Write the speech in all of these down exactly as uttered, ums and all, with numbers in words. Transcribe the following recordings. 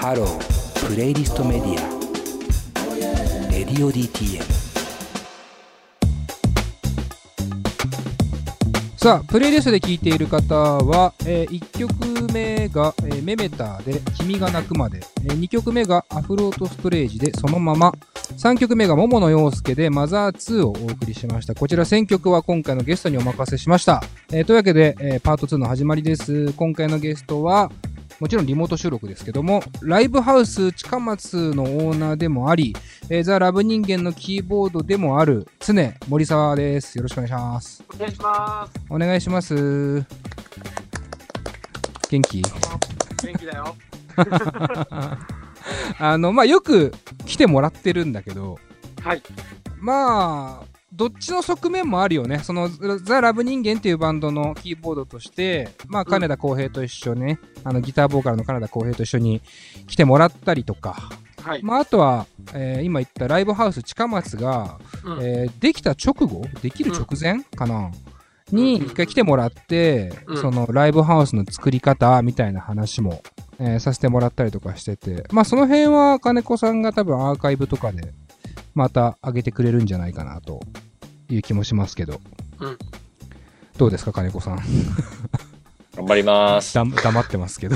ハロープレイリストメディアレディオ ディーティーエム。 さあプレイリストで聴いている方は、えー、いっきょくめが、えー、メメタで君が泣くまで、えー、にきょくめがアフロートストレージでそのまま、さんきょくめが桃野陽介でマザーツーをお送りしました。こちら選曲は今回のゲストにお任せしました。えー、というわけで、えー、パートツーの始まりです。今回のゲストはもちろんリモート収録ですけども、ライブハウス近松のオーナーでもあり、えー、ザ・ラブ人間のキーボードでもある常森沢です。よろしくお願いします。 お願いします。 お願いします。元気？ 元気だよ。 あのまあよく来てもらってるんだけど、 はい。 まあどっちの側面もあるよね。そのザ・ラブ人間っていうバンドのキーボードとして、まあ金田浩平と一緒にね、うん、あのギターボーカルの金田浩平と一緒に来てもらったりとか、はい、まああとは、えー、今言ったライブハウス近松が、うん、えー、できた直後、できる直前、うん、かなに一回来てもらって、うん、そのライブハウスの作り方みたいな話も、えー、させてもらったりとかしてて、まあその辺は金子さんが多分アーカイブとかでまた上げてくれるんじゃないかなという気もしますけど、うん、どうですか金子さん。 頑張りますだ黙ってますけど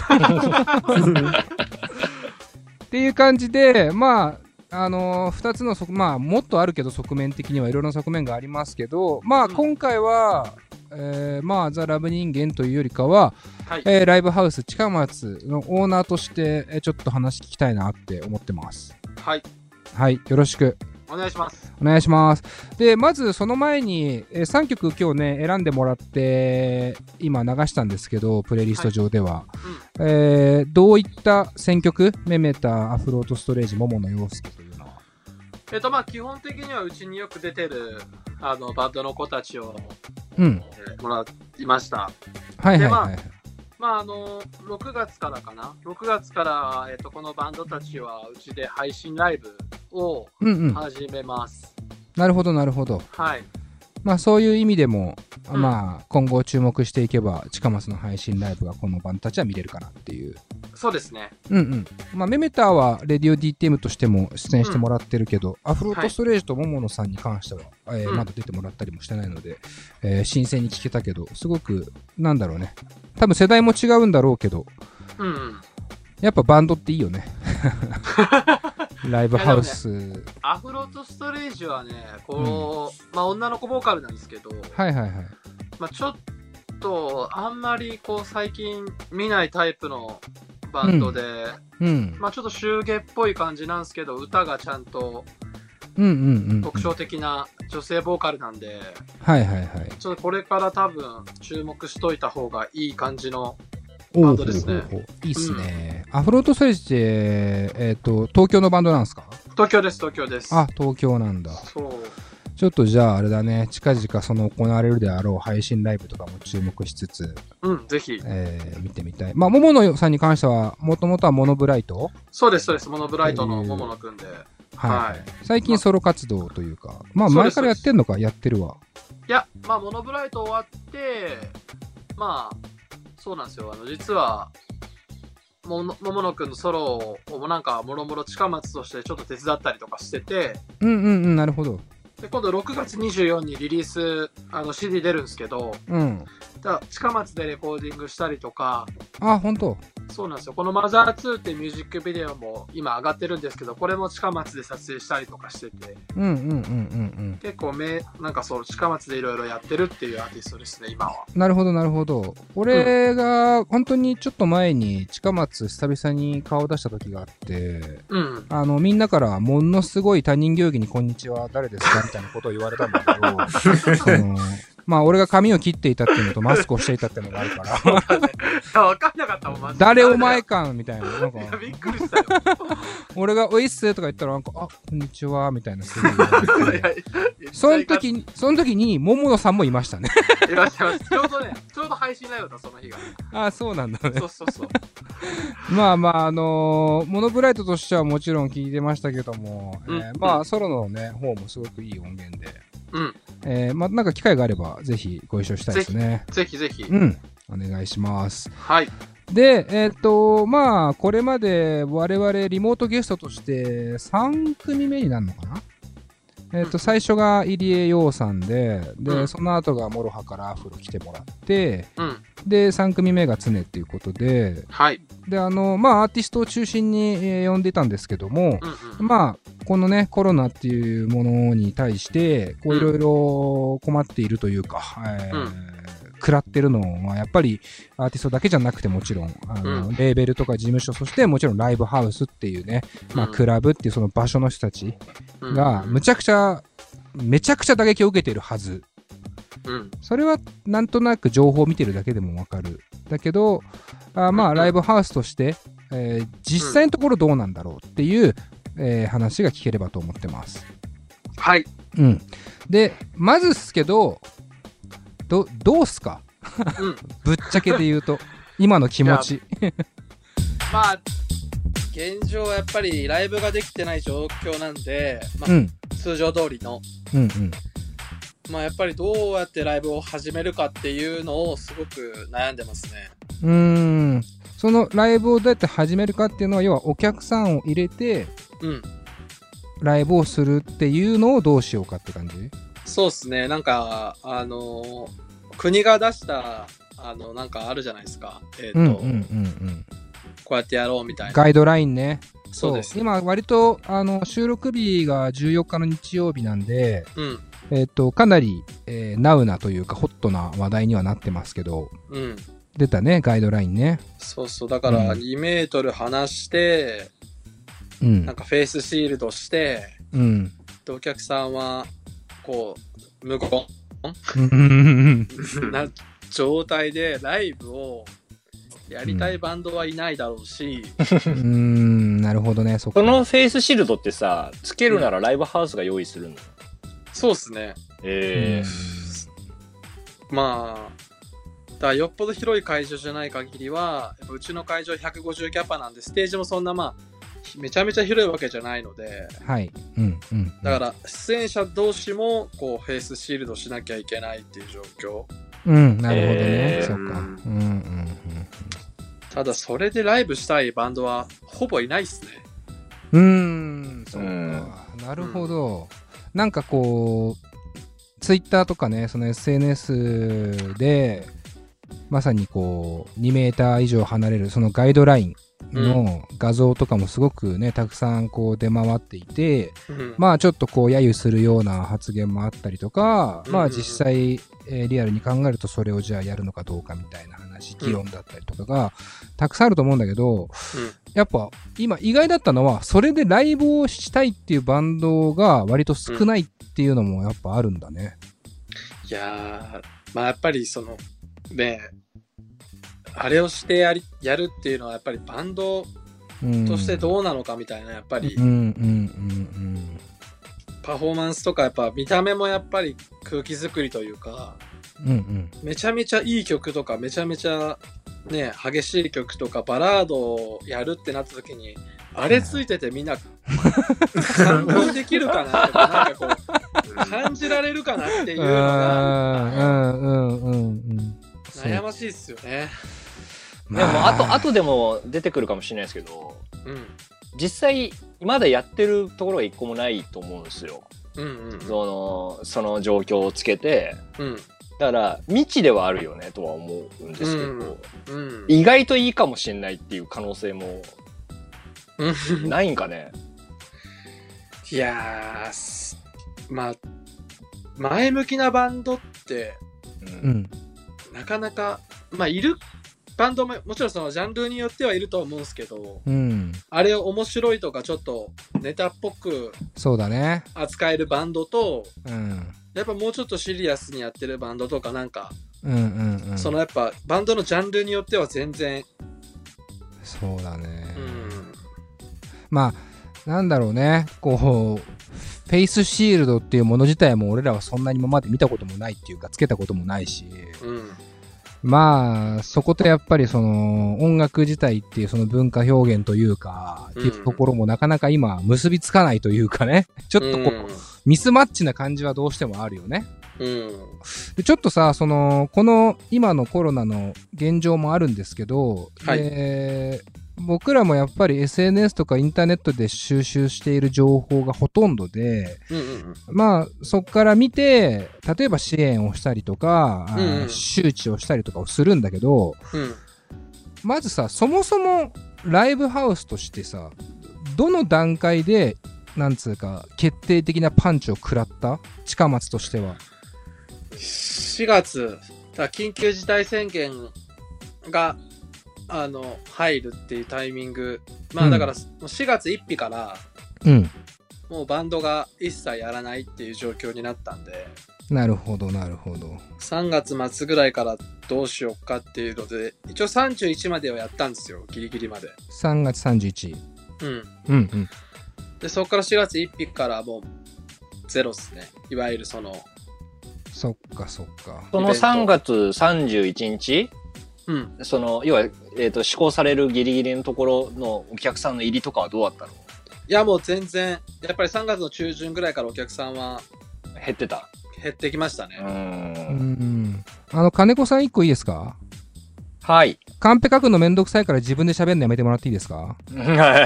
っていう感じで、まああのー、ふたつの側、まあもっとあるけど側面的にはいろいろな側面がありますけど、まあ今回は、うん、えー、まあザ・ラブ人間というよりかは、はい、えー、ライブハウス近松のオーナーとして、えー、ちょっと話聞きたいなって思ってます。 はいはい、よろしくお願いします。 お願いします。で、まずその前に、えー、さんきょく今日ね選んでもらって今流したんですけど、プレイリスト上では、はい、うん、えー、どういった選曲？メメタ、アフロートストレージ、桃野陽介というのは、 えっとまあ基本的にはうちによく出てるあのバンドの子たちを、 うん、 えー、もらいました。 はいはいはい。 まああのろくがつからかな、ろくがつから、えー、とこのバンドたちはうちで配信ライブを始めます。 うんうん、なるほどなるほど。 はい。 まあそういう意味でも、うん、まあ今後注目していけば近松の配信ライブがこのバンドたちは見れるかなっていう。 そうですね。 うんうん。まあメメターはレディオ ディーティーエム としても出演してもらってるけど、うん、アフロートストレージと桃野さんに関しては、はい、えー、まだ出てもらったりもしてないので、えー、新鮮に聞けたけど、すごくなんだろうね。多分世代も違うんだろうけど、うん、やっぱバンドっていいよね。ライブハウス、ね、 アフロートストレージはね、こう、うん、まあ女の子ボーカルなんですけど、 はいはいはい。 まあちょっとあんまりこう最近見ないタイプのバンドで、うんうん、まあちょっとシューゲっぽい感じなんですけど、歌がちゃんと特徴的な女性ボーカルなんで、 はいはいはい。 ちょっとこれから多分注目しといた方がいい感じのバンドですね。 いいっすね。うん、アフロートストレージって、えっと、東京のバンドなんですか？ 東京です、東京です。 あ、東京なんだ。 そう。 ちょっとじゃああれだね、近々その行われるであろう配信ライブとかも注目しつつ、 うん、ぜひ、 えー、見てみたい。まあ、桃野さんに関しては、もともとはモノブライト？ そうです、そうです。モノブライトの桃野くんで。 はい、はい。最近ソロ活動というか、まあ前からやってんのか、やってるわ。 いや、まあモノブライト終わって、まあ、そうなんですよ。あの、実は、もの桃野くんのソロをなんかもろもろ近松としてちょっと手伝ったりとかしてて、 うんうんうん、なるほど。 で今度ろくがつにじゅうよっかにリリースあの シーディー 出るんですけど、うん、だ近松でレコーディングしたりとか。 あ、本当。 そうなんですよ。このマザーツーってミュージックビデオも今上がってるんですけど、これも近松で撮影したりとかしてて、 うんうんうんうんうん、 結構めなんかそう近松でいろいろやってるっていうアーティストですね今は。 なるほどなるほど。俺が本当にちょっと前に近松久々に顔を出した時があって、うん、あのみんなからものすごい他人行儀にこんにちは誰ですかみたいなことを言われたんだけど、あのまあ俺が髪を切っていたっていうのとマスクをしていたっていうのがあるから分かんなかったもんマジで。 誰お前かみたいな、なんかいやびっくりしたよ。 俺がおいっすとか言ったらなんかあこんにちはみたいなするその時にその時に桃野さんもいましたね。 いらっしゃいます。ちょうどねちょうど配信ライブだその日が。 あ、そうなんだね。 そうそうそう。 まあまああのー、モノブライトとしてはもちろん聞いてましたけども、うん、えー、まあソロのね方もすごくいい音源で、うん、えー、まあなんか機会があればぜひご一緒したいですね。 ぜひぜひ。 うん、お願いします。 はい。 で、えっ、ー、と、まあ、これまで我々リモートゲストとしてさん組目になるのかな。えっ、ー、と、最初が入江洋さんで、で、うん、その後がモロハからアフロ来てもらって、うん、で、さん組目が常っていうことで、 はい。 で、あの、まあ、アーティストを中心に、えー、呼んでたんですけども、うんうん、まあ、このね、コロナっていうものに対して、こう、いろいろ困っているというか、えーうん食らってるのはやっぱりアーティストだけじゃなくてもちろんあの、うん、レーベルとか事務所そしてもちろんライブハウスっていうね、まあ、クラブっていうその場所の人たちがむちゃくちゃめちゃくちゃ打撃を受けているはず、うん、それはなんとなく情報を見てるだけでもわかるだけどあまあライブハウスとして、えー、実際のところどうなんだろうっていう、えー、話が聞ければと思ってます。 はい、 うん、でまずですけどど, どうすか、うん、ぶっちゃけで言うと今の気持ちまあ現状はやっぱりライブができてない状況なんで、まあうん、通常通りの、うんうん、まあやっぱりどうやってライブを始めるかっていうのをすごく悩んでますね。 うーんそのライブをどうやって始めるかっていうのは要はお客さんを入れて、うん、ライブをするっていうのをどうしようかって感じ？ そうですね。なんかあのー、国が出したあのなんかあるじゃないですか。えっ、ー、と、うんうんうんうん、こうやってやろうみたいなガイドラインね。 そうです。 今割とあの収録日がじゅうよっかの日曜日なんで、うん、えっ、ー、とかなり、えー、ナウなというかホットな話題にはなってますけど、うん、出たねガイドラインね。 そうそうだからにメートル離して、うん、なんかフェイスシールドして、うん、でお客さんはこう無言な状態でライブをやりたいバンドはいないだろうし、 うん、うーんなるほどね。そ, そのフェイスシールドってさつけるならライブハウスが用意するの？うん、 そうっすね。 えー、まあだからよっぽど広い会場じゃない限りはうちの会場ひゃくごじゅうキャパなんでステージもそんなまあめちゃめちゃ広いわけじゃないので、 はいうんうん、 だから出演者同士もこうフェイスシールドしなきゃいけないっていう状況。 うんなるほどね、えー、そうか、うんうんうん、 ただそれでライブしたいバンドはほぼいないっすね。 うーんそうか、うん、なるほど、うん、なんかこうツイッターとかねその エスエヌエス でまさにこうにメーター以上離れるそのガイドラインの画像とかもすごくねたくさんこう出回っていて、うん、まあちょっとこう揶揄するような発言もあったりとか、うん、まあ実際、えー、リアルに考えるとそれをじゃあやるのかどうかみたいな話議論だったりとかがたくさんあると思うんだけど、うん、やっぱ今意外だったのはそれでライブをしたいっていうバンドが割と少ないっていうのもやっぱあるんだね。 いやーまあやっぱりそのねあれをしてやりやるっていうのはやっぱりバンドとしてどうなのかみたいなやっぱり、うんうんうんうん、パフォーマンスとかやっぱ見た目もやっぱり空気作りというか、うんうん、めちゃめちゃいい曲とかめちゃめちゃね激しい曲とかバラードをやるってなった時にあれついててみんな感動できるかなとかなんかこう感じられるかなっていうのが悩ましいっすよね。 でもあとあとでも出てくるかもしれないですけど、うん、実際まだやってるところが一個もないと思うんですよ、うんうん、そのその状況をつけて、うん、だから未知ではあるよねとは思うんですけど、うんうん、意外といいかもしれないっていう可能性もないんかね。 いやーまあ前向きなバンドって、うん、なかなかまあいるバンドももちろんそのジャンルによってはいると思うんですけど、うん、あれを面白いとかちょっとネタっぽくそうだね扱えるバンドと、うん、やっぱもうちょっとシリアスにやってるバンドとかなんか、うんうんうん、そのやっぱバンドのジャンルによっては全然そうだね、うん、まあなんだろうねこうフェイスシールドっていうもの自体も俺らはそんなに今まで見たこともないっていうかつけたこともないし、うんまあそことやっぱりその音楽自体っていうその文化表現というか、うん、っていうところもなかなか今結びつかないというかねちょっとこう、うん、ミスマッチな感じはどうしてもあるよね。 うん、 でちょっとさ、そのこの今のコロナの現状もあるんですけど、はい、で僕らもやっぱり エスエヌエス とかインターネットで収集している情報がほとんどで、うんうんうん、まあそこから見て例えば支援をしたりとか、うんうん、周知をしたりとかをするんだけど、うん、まずさ、そもそもライブハウスとしてさ、どの段階でなんつうか決定的なパンチを食らった？近松としてはしがつだ、緊急事態宣言があの入るっていうタイミング、まあだからしがつついたちから、うん、もうバンドが一切やらないっていう状況になったんで。 なるほどなるほど。 さんがつまつぐらいからどうしようかっていうので、一応さんじゅういちまではやったんですよ、ギリギリまで。 さんがつさんじゅういち。 うん。うんうん。で、そこからしがつついたちからもうゼロっすね。いわゆるその。 そっかそっか。 そのさんがつさんじゅういちにち、うん、その要は、えーと、施行されるギリギリのところのお客さんの入りとかはどうだったの？ いやもう全然やっぱりさんがつの中旬ぐらいからお客さんは減ってた。 減ってきましたね。うーん。あの金子さん一個いいですか？ はい。 カンペ書くのめんどくさいから自分で喋るのやめてもらっていいですか？ はい。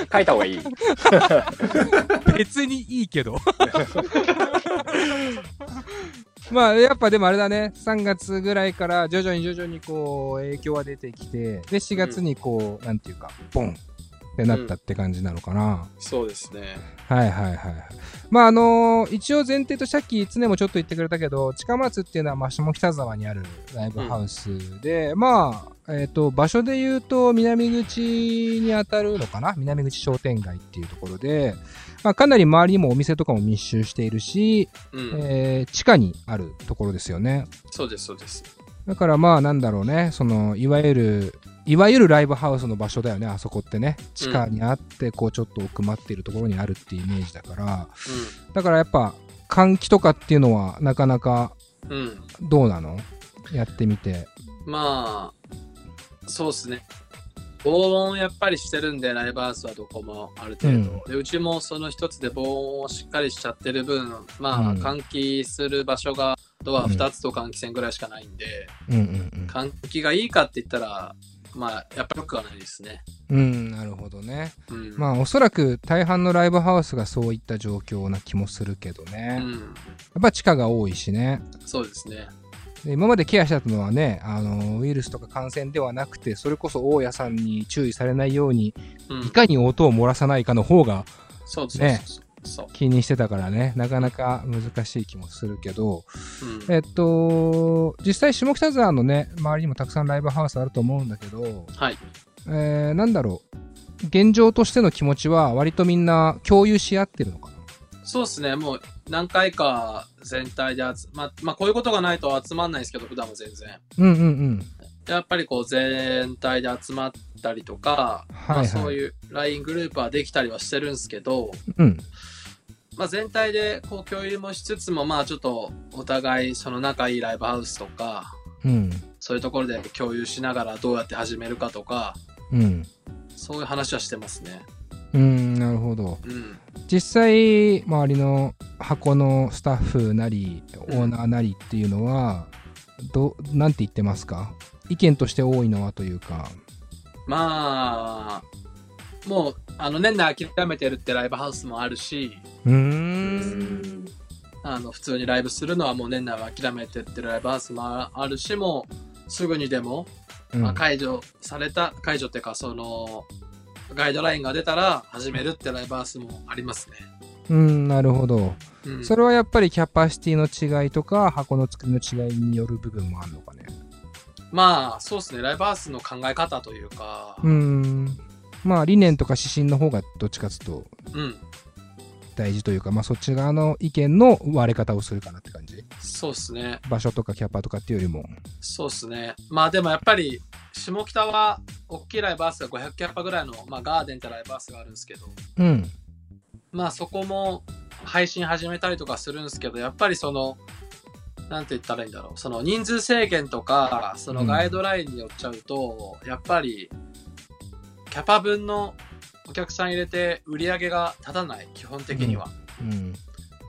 書いた方がいい。 別にいいけど。まあやっぱでもあれだね、さんがつぐらいから徐々に徐々にこう影響は出てきて、でしがつにこう、うん、なんていうかボンってなったって感じなのかな。うん、 そうですね。 はいはいはい。まああのー、一応前提とさっき常もちょっと言ってくれたけど、近松っていうのはまあ下北沢にあるライブハウスで、うん、まあえっ、ー、と場所で言うと南口に当たるのかな、南口商店街っていうところで。まあ、かなり周りにもお店とかも密集しているし、うん、えー、地下にあるところですよね。 そうですそうです。 だからまあなんだろうね、そのいわゆるいわゆるライブハウスの場所だよね、あそこってね。地下にあって、こうちょっと奥まっているところにあるっていうイメージだから、うん、だからやっぱ換気とかっていうのはなかなかどうなの？うん、やってみて。 まあそうですね。防音やっぱりしてるんで、ライブハウスはどこもある程度、うん、でうちもその一つで防音をしっかりしちゃってる分、まあ、うん、換気する場所がドアふたつと換気扇ぐらいしかないんで、うんうんうん、換気がいいかって言ったらまあやっぱりよくはないですね。 うん、なるほどね。うん、まあおそらく大半のライブハウスがそういった状況な気もするけどね、うん、やっぱ地下が多いしね。 そうですね。 で今までケアしたのはね、あのウイルスとか感染ではなくて、それこそ大家さんに注意されないように、うん、いかに音を漏らさないかの方が、ね、気にしてたからね、なかなか難しい気もするけど、うん、えっと実際下北沢のね周りにもたくさんライブハウスあると思うんだけど、はい、えー、なんだろう、現状としての気持ちは割とみんな共有し合ってるのかな？ そうですね。もう何回か全体で集ま、まあこういうことがないと集まんないですけど、普段は全然。うんうんうん。やっぱりこう全体で集まったりとか、はいはい、まあそういう ライン グループはできたりはしてるんですけど、うん、まあ全体でこう共有もしつつも、まあちょっとお互いその仲いいライブハウスとか、うん、そういうところで共有しながらどうやって始めるかとか、うん、そういう話はしてますね。 うん、なるほど、うん、実際周りの箱のスタッフなりオーナーなりっていうのは、うん、どなんて言ってますか？意見として多いのはというか、 まあもうあの年内諦めてるってライブハウスもあるし、うーん、あの普通にライブするのはもう年内は諦めてってライブハウスもあるし、もうすぐにでも、うん、まあ、解除された解除っていうかそのガイドラインが出たら始めるってライブハウスもありますね。 うん、なるほど、うん、それはやっぱりキャパシティの違いとか箱の作りの違いによる部分もあるのかね？ まあそうですね、ライブハウスの考え方というか、 うーん、まあ理念とか指針の方がどっちかというと大事というか、まあそっち側の意見の割れ方をするかなって感じ？ そうですね。 場所とかキャパとかっていうよりも。 そうですね。まあでもやっぱり下北は大きいライブハウスがごひゃくキャパぐらいの、まあ、ガーデンってライブハウスがあるんですけど、うん、まあそこも配信始めたりとかするんですけど、やっぱりそのなんて言ったらいいんだろう、その人数制限とかそのガイドラインによっちゃうと、うん、やっぱりキャパ分のお客さん入れて売り上げが立たない、基本的には、うんうん、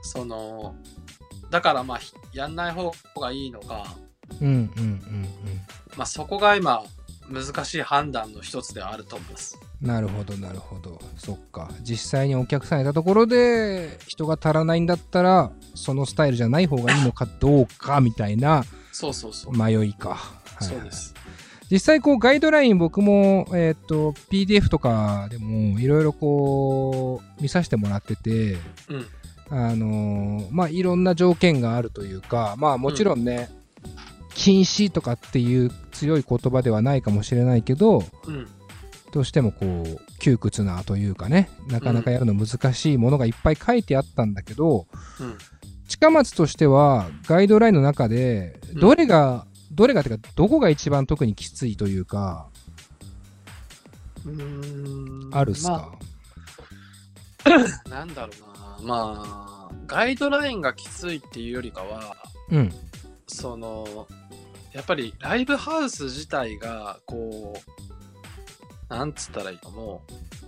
そのだからまあやんない方がいいのか、 うんうんうんうん、 まあそこが今難しい判断の一つではあると思います。 なるほどなるほど。そっか、実際にお客さんいたところで人が足らないんだったらそのスタイルじゃない方がいいのかどうかみたいなそうそうそう迷いか。 はい、そうです。 実際こうガイドライン僕も、えー、と ピーディーエフ とかでもいろいろこう見させてもらってて、 うん、 あのー、まあいろんな条件があるというか、まあもちろんね、うん、禁止とかっていう強い言葉ではないかもしれないけど、 うん、 どうしてもこう窮屈なというかね、なかなかやるの難しいものがいっぱい書いてあったんだけど、 うん、 近松としてはガイドラインの中でどれが、うん、どれがてかどこが一番特にきついというか、 うーんあるっすか？ まあ、なんだろうな、まあガイドラインがきついっていうよりかは、 うん、 そのやっぱりライブハウス自体がこうなんつったらいいのも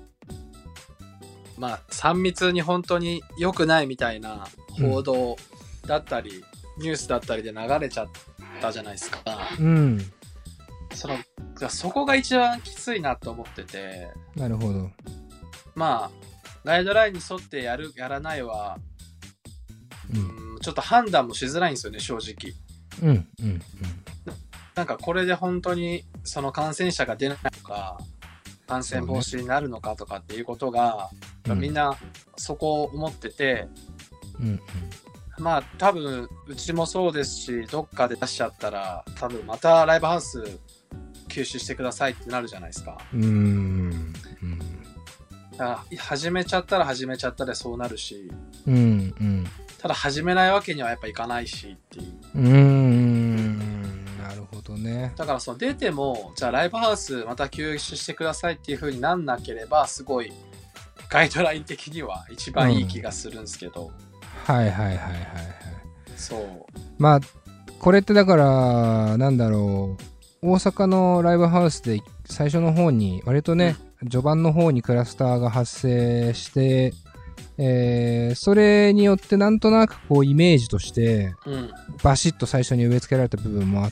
まあさん密に本当に良くないみたいな報道だったり、うん、ニュースだったりで流れちゃったじゃないですか。 うん。 そのそこが一番きついなと思ってて。 なるほど。 まあガイドラインに沿ってやるやらないは、うん、ちょっと判断もしづらいんですよね、正直。 うんうんうん。 なんかこれで本当にその感染者が出ないとか感染防止になるのかとかっていうことが、ね、みんなそこを思ってて、 うんうん、 まあ多分うちもそうですし、どっかで出しちゃったら多分またライブハウス休止してくださいってなるじゃないですか。 うーん、うん、 だから始めちゃったら始めちゃったでそうなるし、 うんうん、 ただ始めないわけにはやっぱいかないしっていう。 うーん、なるほどね。 だからその出てもじゃあライブハウスまた休止してくださいっていう風になんなければすごいガイドライン的には一番いい気がするんですけど、 うん、はいはいはいはいはい。 そうまあこれってだからなんだろう、大阪のライブハウスで最初の方に割とね、うん、序盤の方にクラスターが発生して、えー、それによってなんとなくこうイメージとして、うん、バシッと最初に植え付けられた部分もあって、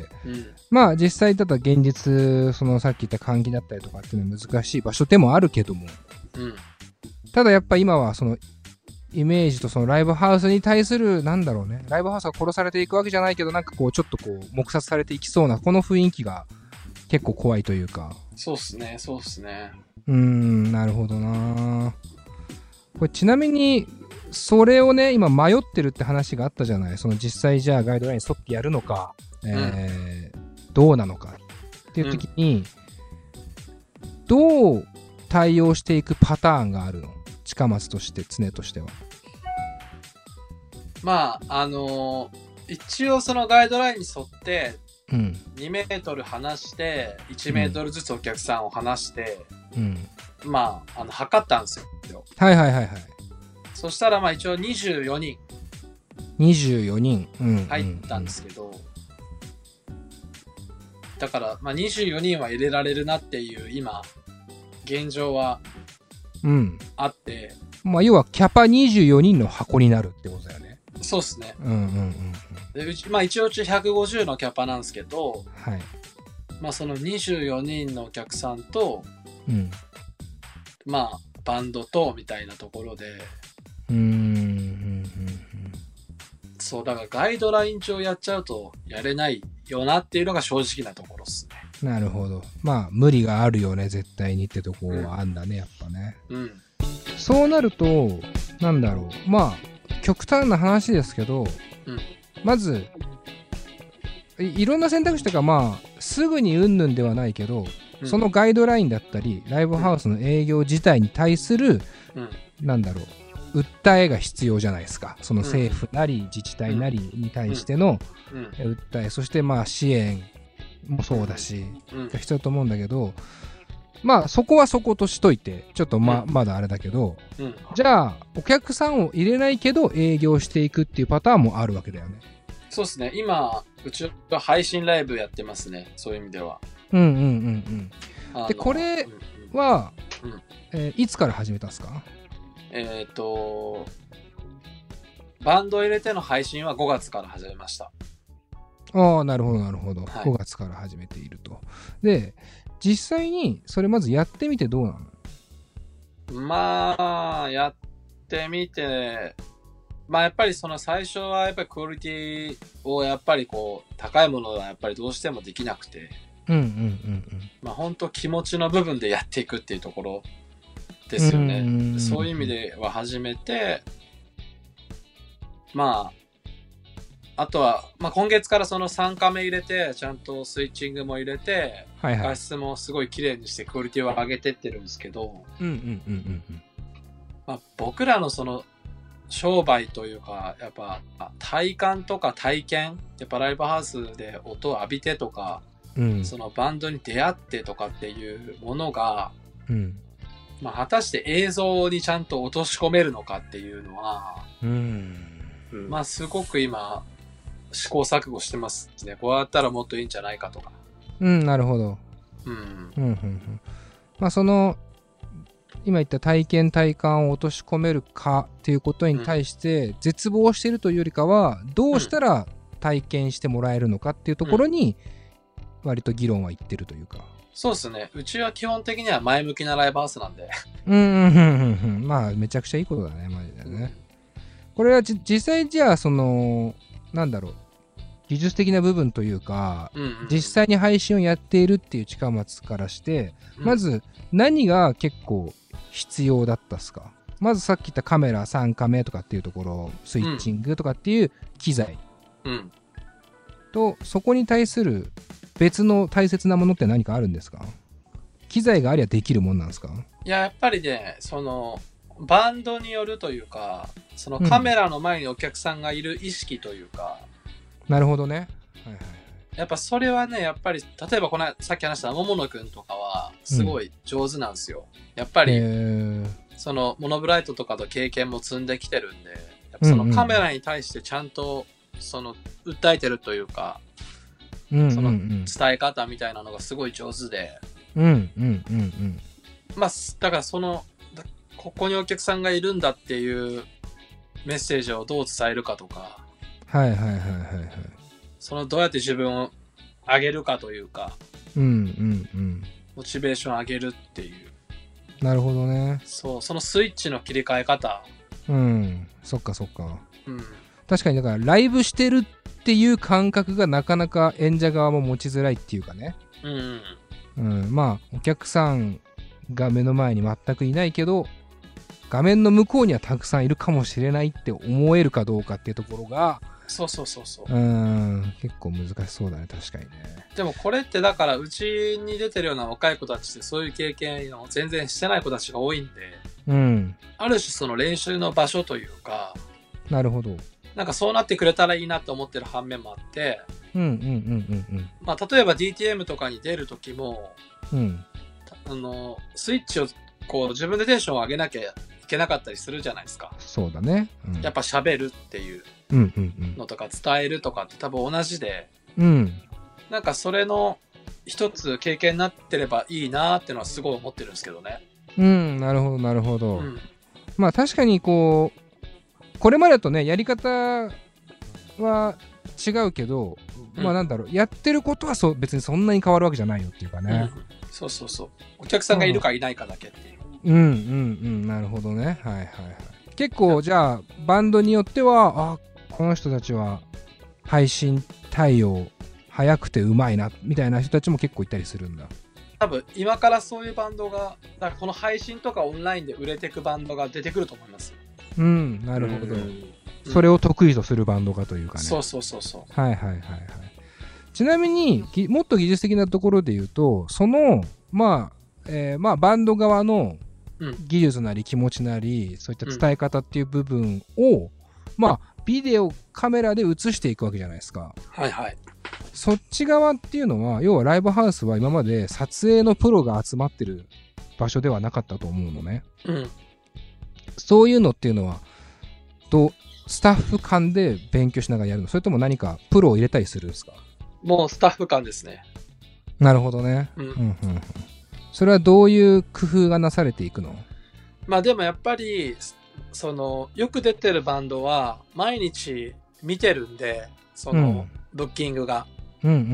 うん、まあ実際だったら現実そのさっき言った換気だったりとかっていうのは難しい場所でもあるけども、うん、ただやっぱ今はそのイメージとそのライブハウスに対するなんだろうね、ライブハウスが殺されていくわけじゃないけどなんかこうちょっとこう黙殺されていきそうなこの雰囲気が結構怖いというか。 そうっすねそうっすね。 うーん、なるほどな。これちなみにそれをね今迷ってるって話があったじゃない。その実際じゃあガイドラインに沿ってやるのか、えーうん、どうなのかっていう時に、うん、どう対応していくパターンがあるの？近松として常としては。 まああのー、一応そのガイドラインに沿ってにメートル離していちメートルずつお客さんを離して、うんうん、まああの測ったんですよ。 はいはいはいはい。 そしたらまあ一応にじゅうよにんにじゅうよにん入ったんですけど、うんうんうん、だからまあにじゅうよにんは入れられるなっていう今現状はあって、 うん、まあ要はキャパにじゅうよにんの箱になるってことだよね。 そうですね。 うんうんうん。 でうちまあ一応うちひゃくごじゅうのキャパなんですけど、 はい。 まあそのにじゅうよにんのお客さんと、 うん、 まあバンドとみたいなところで、 うーん、うんうんうん、 そうだからガイドライン上やっちゃうとやれないよなっていうのが正直なところですね。なるほど。まあ無理があるよね絶対にってとこはあんだね、うん、やっぱね。 うん。 そうなるとなんだろう、まあ極端な話ですけど、うん、まず い, いろんな選択肢とかまあすぐにうんぬんではないけど、うん、そのガイドラインだったりライブハウスの営業自体に対する、うん、なんだろう訴えが必要じゃないですか。その政府なり自治体なりに対しての訴え、そしてまあ支援もそうだし、が必要だと思うんだけど、まあそこはそことしといてちょっと ま,、うん、まだあれだけど、うん、じゃあお客さんを入れないけど営業していくっていうパターンもあるわけだよね。 そうですね。今うちは配信ライブやってますね。そういう意味では。 うんうんうんうん。でこれは、うんうん、えー、いつから始めたんですか？ えっ、ー、とバンド入れての配信はごがつから始めました。 ああ、なるほどなるほど、はい、ごがつから始めていると。で実際にそれまずやってみてどうなの？まあやってみて、まあやっぱりその最初はやっぱりクオリティをやっぱりこう高いものはやっぱりどうしてもできなくて、 うんうんうんうん、 まあ本当気持ちの部分でやっていくっていうところですよね。うんうんうん、そういう意味では始めて、まああとは、まあ、今月からそのさんカメ入れてちゃんとスイッチングも入れて、はいはい、画質もすごい綺麗にしてクオリティを上げてってるんですけど、 うんうんうんうんうん、 まあ、僕らのその商売というかやっぱ体感とか体験、やっぱライブハウスで音を浴びてとか、うん、そのバンドに出会ってとかっていうものが、うんまあ、果たして映像にちゃんと落とし込めるのかっていうのは、うんうん、まあすごく今試行錯誤してますね。こうやったらもっといいんじゃないかとか。 うん、なるほど。 うん。うんうんうん。まあその今言った体験体感を落とし込めるかっていうことに対して絶望しているというよりかは、どうしたら体験してもらえるのかっていうところに割と議論はいってるというか。 そうですね。うちは基本的には前向きなライブハウスなんで。 うんうんうんうんうん。まあめちゃくちゃいいことだね、マジでね。これはじ実際じゃあそのなんだろう。技術的な部分というか、うんうん、実際に配信をやっているっていう近松からして、うん、まず何が結構必要だったっすか？まずさっき言ったカメラさんカメとかっていうところ、スイッチングとかっていう機材、うん、とそこに対する別の大切なものって何かあるんですか？機材がありゃできるもんなんですか？ いややっぱりね、そのバンドによるというか、そのカメラの前にお客さんがいる意識というか、うんなるほどね、はいはい、 やっぱそれはね、やっぱり例えばこのさっき話した桃野くんとかはすごい上手なんですよ、うん、やっぱりそのモノブライトとかと経験も積んできてるんで、やっぱそのカメラに対してちゃんとその訴えてるというか、うんうんうん、その伝え方みたいなのがすごい上手で、 うんうんうんうん、 まあだからそのここにお客さんがいるんだっていうメッセージをどう伝えるかとか、 はいはいはいはいはい。 そのどうやって自分を上げるかというか、 うんうんうん。 モチベーション上げるっていう。 なるほどね。 そう、そのスイッチの切り替え方。 うん、そっかそっか。うん。確かにだからライブしてるっていう感覚がなかなか演者側も持ちづらいっていうかね。うん、うん。うん、まあお客さんが目の前に全くいないけど、画面の向こうにはたくさんいるかもしれないって思えるかどうかっていうところが、 そうそうそうそう。 うん、結構難しそうだね、確かにね。 でもこれってだからうちに出てるような若い子たちってそういう経験を全然してない子たちが多いんで、うん、ある種その練習の場所というか、 なるほど。 なんかそうなってくれたらいいなと思ってる反面もあって、 うんうんうんうんうん。 まあ例えば ディーティーエム とかに出る時も、うん、あのスイッチをこう自分でテンションを上げなきゃいけなかったりするじゃないですか。 そうだね。 うん、やっぱ喋るっていうのとか伝えるとかって多分同じで、うん、なんかそれの一つ経験になってればいいなっていうのはすごい思ってるんですけどね。 うん、なるほどなるほど。うん、まあ確かにこうこれまでとねやり方は違うけど、うん、まあなんだろう、やってることはそう別にそんなに変わるわけじゃないよっていうかね。うん、 そうそうそう。お客さんがいるかいないかだけっていう。 うんうんうん、なるほどね。はいはいはい。結構じゃあバンドによっては、あ、この人たちは配信対応早くてうまいなみたいな人たちも結構いたりするんだ。 多分今からそういうバンドが、だからこの配信とかオンラインで売れていくバンドが出てくると思います。 うん、なるほど。それを得意とするバンドがというかね。 そうそうそうそう。 はいはいはいはい。ちなみにもっと技術的なところで言うと、そのまあ、えー、まあバンド側の技術なり気持ちなりそういった伝え方っていう部分を、うん、まあビデオカメラで映していくわけじゃないですか。 はいはい。 そっち側っていうのは要はライブハウスは今まで撮影のプロが集まってる場所ではなかったと思うのね。うん。そういうのっていうのはとスタッフ間で勉強しながらやるの？それとも何かプロを入れたりするんですか？ もうスタッフ間ですね。 なるほどね。うん。うんうんうん。それはどういう工夫がなされていくの？ まあでもやっぱりそのよく出てるバンドは毎日見てるんで、その、うん、ブッキングが、 うんうんうん、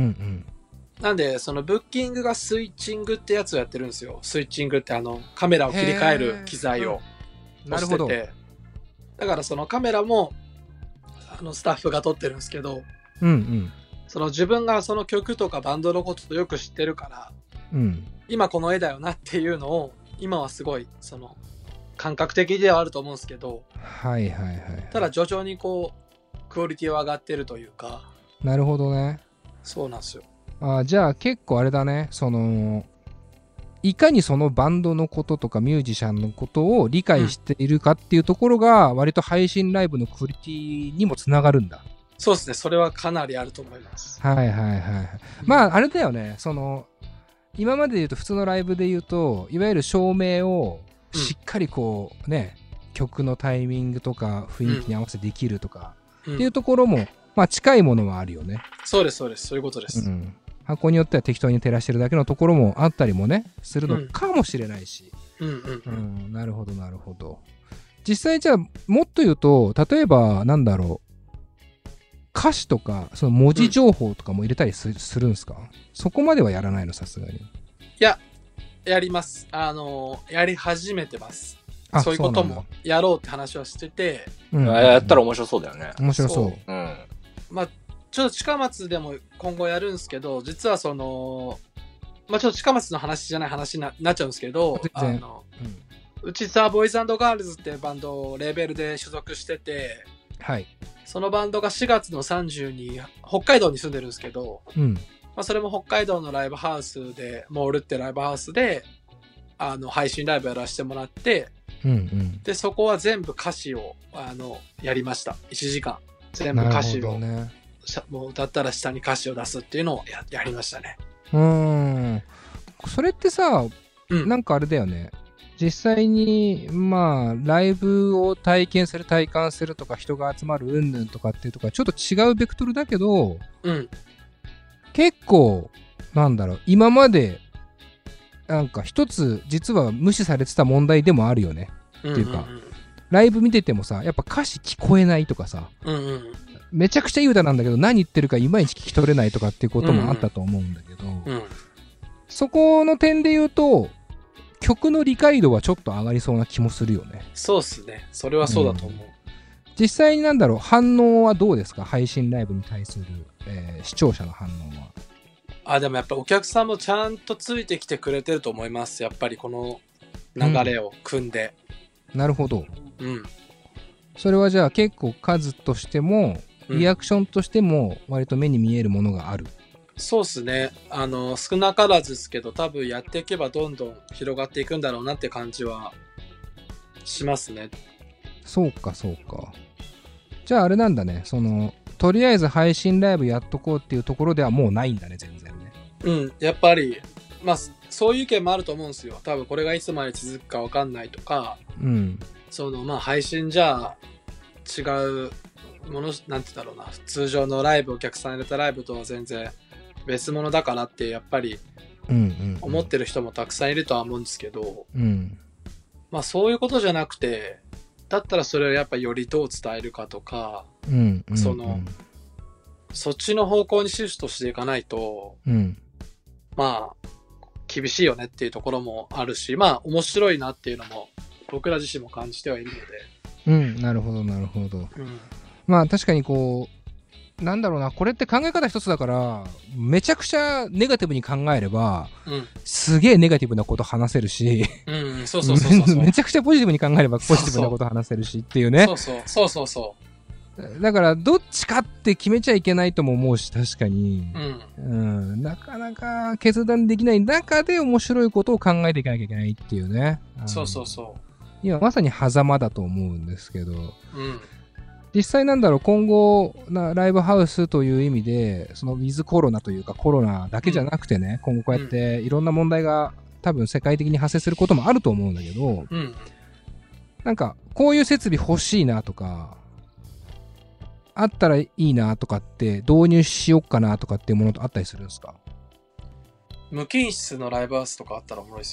なんでそのブッキングがスイッチングってやつをやってるんですよ。スイッチングってあのカメラを切り替える機材を押してて、うん、だからそのカメラもあのスタッフが撮ってるんですけど、 うんうん、 その自分がその曲とかバンドのことをよく知ってるから、 うん、 今この絵だよなっていうのを今はすごいその感覚的ではあると思うんですけど、 はいはいはい、 ただ徐々にこうクオリティは上がってるというか。 なるほどね。 そうなんですよ。 あ、じゃあ結構あれだね、そのいかにそのバンドのこととかミュージシャンのことを理解しているかっていうところが割と配信ライブのクオリティにもつながるんだ。 そうですね、それはかなりあると思います。 はいはいはい、うん、まああれだよね、その今までで言うと普通のライブで言うといわゆる照明をしっかりこうね、うん、曲のタイミングとか雰囲気に合わせてできるとか、うん、っていうところもまあ近いものはあるよね。 そうですそうです、そういうことです、 うん、箱によっては適当に照らしてるだけのところもあったりもねするのかもしれないし、 うんうんうんうん、なるほどなるほど。実際じゃあもっと言うと例えばなんだろう、歌詞とかその文字情報とかも入れたり す,、うん、するんですか？そこまではやらないの？さすがに。 いや、やります。あのやり始めてます。そういうこともやろうって話はしてて、 うん、やったら面白そうだよね。 面白そう。 そう、うん、 まあちょっと近松でも今後やるんですけど、実はそのまあちょっと近松の話じゃない話に な, なっちゃうんですけど、あの、うん、うちザ・ボーイズ&ガールズっていうバンドレーベルで所属してて、 はい、 そのバンドがしがつのさんじゅうに北海道に住んでるんですけど、 うんまあ、それも北海道のライブハウスでモールってライブハウスであの配信ライブやらせてもらって、 うんうん、 でそこは全部歌詞をあのやりました。いちじかん全部歌詞を、ね、もう歌ったら下に歌詞を出すっていうのを や, やりましたね。 うーん、それってさ、うん、なんかあれだよね、実際にまあライブを体験する体感するとか人が集まるうんぬんとかっていうとかちょっと違うベクトルだけど、 うん、 結構なんだろう、今までなんか一つ実は無視されてた問題でもあるよね、うんうんうん、っていうかライブ見ててもさ、やっぱ歌詞聞こえないとかさ、 うんうん、 めちゃくちゃいい歌なんだけど何言ってるかいまいち聞き取れないとかっていうこともあったと思うんだけど、 うんうん、 そこの点で言うと曲の理解度はちょっと上がりそうな気もするよね。 そうっすね、それはそうだと思う、うん、 実際になんだろう、反応はどうですか？配信ライブに対する、えー、視聴者の反応は。 あ、でもやっぱお客さんもちゃんとついてきてくれてると思います。やっぱりこの流れを組んで、 うん、なるほど、 うん、 それはじゃあ結構数としてもリアクションとしても割と目に見えるものがある、うん、 そうっすね。あの少なからずですけど多分やっていけばどんどん広がっていくんだろうなって感じはしますね。 そうかそうか。じゃああれなんだね、そのとりあえず配信ライブやっとこうっていうところではもうないんだね、全然ね。 うん、やっぱりまあそういう意見もあると思うんですよ。多分これがいつまで続くか分かんないとか、 うん、 そのまあ配信じゃ違うものなんて言うんだろうな、通常のライブお客さん入れたライブとは全然別物だからってやっぱり思ってる人もたくさんいるとは思うんですけど、 うん、 まあそういうことじゃなくて、だったらそれをやっぱよりどう伝えるかとか、 うんうんうん、 そのそっちの方向にシフトしていかないと、 うん、 まあ厳しいよねっていうところもあるし、まあ面白いなっていうのも僕ら自身も感じてはいるので。 うん、なるほどなるほど、 うん、 まあ確かにこうなんだろうな、これって考え方一つだからめちゃくちゃネガティブに考えれば、 うん、 すげえネガティブなこと話せるし、 うん、そうそうそうそうめちゃくちゃポジティブに考えればポジティブなこと話せるしっていうね。 そうそうそうそうそうだからどっちかって決めちゃいけないとも思うし、確かに、 うんうん、なかなか決断できない中で面白いことを考えていかなきゃいけないっていうね。 そうそうそう、 今まさに狭間だと思うんですけど、 うん、 実際なんだろう、今後なライブハウスという意味でそのウィズコロナというかコロナだけじゃなくてね、うん、今後こうやっていろんな問題が多分世界的に発生することもあると思うんだけど、 うん、 なんかこういう設備欲しいなとかあったらいいなとかって導入しよっかなとかっていうものとあったりするんですか？ 無菌室のライブハウスとかあったらおもろいですよね。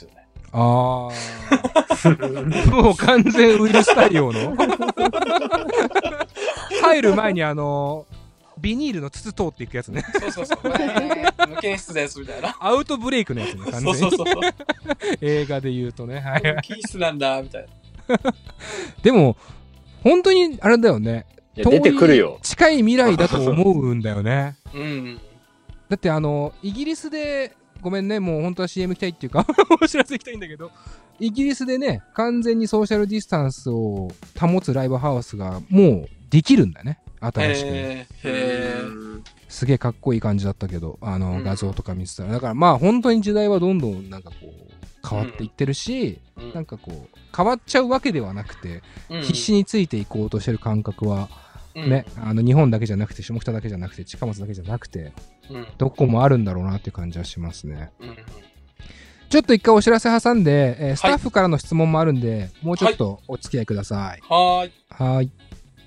ああ。もう完全ウイルス対応の入る前にあのビニールの筒通っていくやつね。 そうそうそう。無菌室ですみたいな。 アウトブレイクのやつね、完全に。 そうそうそう。 映画で言うとね。はい。 無菌室なんだみたいな。 でも本当にあれだよね。 いや出てくるよ。 近い未来だと思うんだよね。 うん。 だってあのイギリスでごめんね、もう本当は シーエム 行きたいっていうかお知らせ行きたいんだけど、イギリスでね完全にソーシャルディスタンスを保つライブハウスがもうできるんだね、新しく。へー。すげえかっこいい感じだったけど、あの、うん、画像とか見てたら、だからまあ本当に時代はどんどんなんかこう変わっていってるし、うん、なんかこう変わっちゃうわけではなくて、うん、必死についていこうとしてる感覚はね、うん、あの日本だけじゃなくて下北だけじゃなくて近松だけじゃなくて、うん、どこもあるんだろうなっていう感じはしますね。うん、ちょっと一回お知らせ挟んで、えー、スタッフからの質問もあるんで、はい、もうちょっとお付き合いください。 はい。 はい。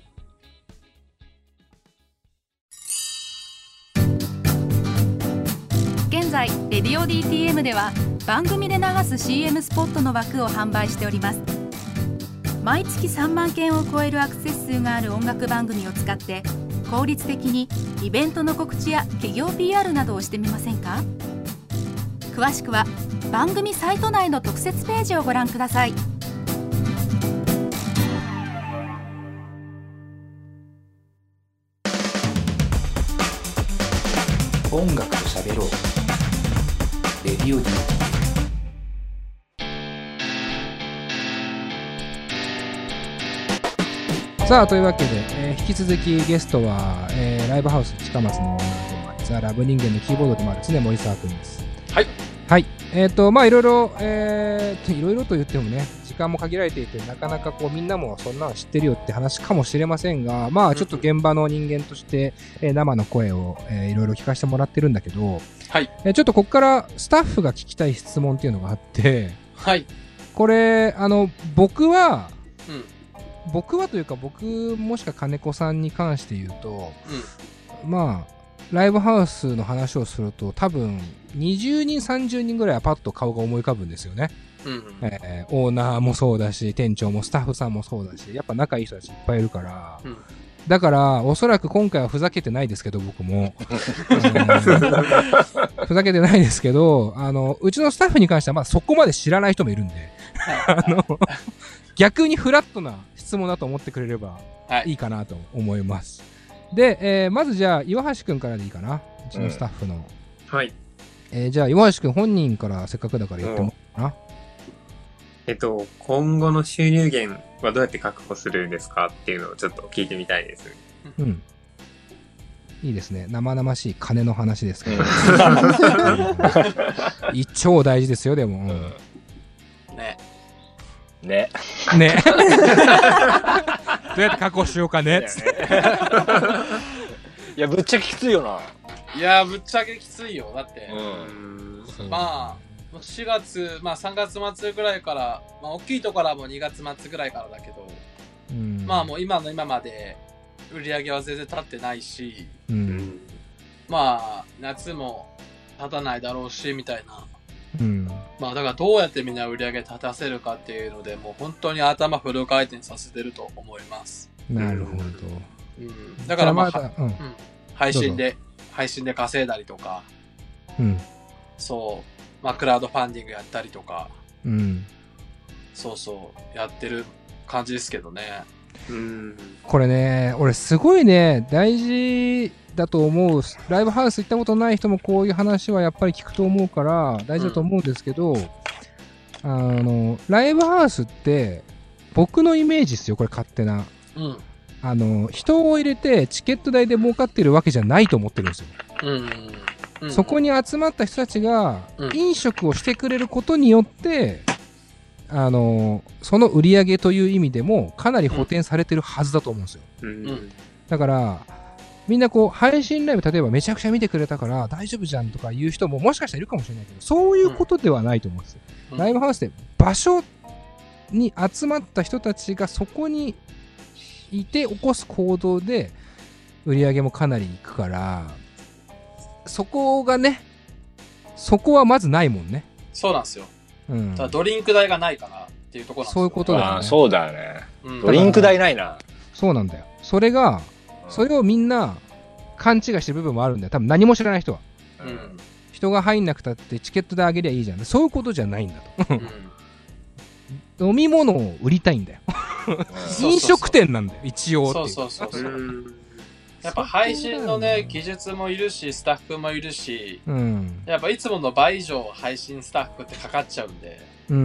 現在レディオ ディーティーエム では番組で流す シーエム スポットの枠を販売しております。毎月さんまんけんを超えるアクセス数がある音楽番組を使って効率的にイベントの告知や企業 ピーアール などをしてみませんか？詳しくは番組サイト内の特設ページをご覧ください。 音楽と喋ろう。レディオ ディーティー。 さあというわけで、えー、引き続きゲストは、えー、ライブハウス近松のオーナーでもありザ・ラブ人間のキーボードでもある常森沢君です。 はいはいえっ、ー、とまあいろいろえー、いろいろと言ってもね時間も限られていてなかなかこうみんなもそんなの知ってるよって話かもしれませんが、まあちょっと現場の人間として、えー、生の声を、えー、いろいろ聞かせてもらってるんだけど、 はいえー、ちょっとここからスタッフが聞きたい質問っていうのがあって、 はいこれあの僕は、 うん僕はというか僕もしくは金子さんに関して言うと、 うん、 まあライブハウスの話をすると多分にじゅうにんさんじゅうにんぐらいはパッと顔が思い浮かぶんですよね、 うんうんえー、オーナーもそうだし店長もスタッフさんもそうだしやっぱ仲いい人たちいっぱいいるから、うん、だからおそらく今回はふざけてないですけど僕もふざけてないですけどあのうちのスタッフに関してはまだそこまで知らない人もいるんであの逆にフラットな質問だと思ってくれればいいかなと思います、はい、で、えー、まずじゃあ岩橋くんからでいいかなうちのスタッフの、うん、 はい、 えー、じゃあ岩橋くん本人からせっかくだから言ってもらおうかな。 えっと今後の収入源はどうやって確保するんですかっていうのをちょっと聞いてみたいです。 うんいいですね生々しい金の話ですけど、うん、超大事ですよでも、うん、 ねねねどうやって確保しようかねっつっていやぶっちゃけきついよな。 いやぶっちゃけきついよだって、 うん、 まあしがつ、まあ、さんがつ末ぐらいから、まあ、大きいところはもうにがつ末ぐらいからだけど、うん、まあもう今の今まで売り上げは全然立ってないし、 うん、 まあ夏も立たないだろうしみたいな、 うん、 まあだからどうやってみんな売り上げ立たせるかっていうのでもう本当に頭フル回転させてると思います。 なるほど、 うん、だからまあ、まうんうん、配信で配信で稼いだりとか、 うん、 そうまあクラウドファンディングやったりとか、 うん、 そうそうやってる感じですけどね。 うん、 これね俺すごいね大事だと思う。ライブハウス行ったことない人もこういう話はやっぱり聞くと思うから大事だと思うんですけど、うん、あのライブハウスって僕のイメージですよこれ勝手な、 うん、 あの人を入れてチケット代で儲かってるわけじゃないと思ってるんですよ、 うんうん、 そこに集まった人たちが飲食をしてくれることによって、うん、あのその売り上げという意味でもかなり補填されてるはずだと思うんですよ、 うん、 だからみんなこう配信ライブ例えばめちゃくちゃ見てくれたから大丈夫じゃんとか言う人ももしかしたらいるかもしれないけどそういうことではないと思うんですよ、うん、ライブハウスで場所に集まった人たちがそこにいて起こす行動で売り上げもかなりいくからそこがねそこはまずないもんね。 そうなんですよ。 うん、ただドリンク代がないからっていうところなんですよ。 そういうことだよね。 あ、そうだよね、うん、ドリンク代ないな。 そうなんだよ。それが、うん、それをみんな勘違いしてる部分もあるんだよ。多分何も知らない人は。うん、人が入んなくたってチケットであげりゃいいじゃん。そういうことじゃないんだと。うん、飲み物を売りたいんだよ。飲食店なんだよ、一応っていう。 そうそうそうそう。やっぱ配信のね、技術もいるし、スタッフもいるし、うん、やっぱいつもの倍以上配信スタッフってかかっちゃうんで、うん、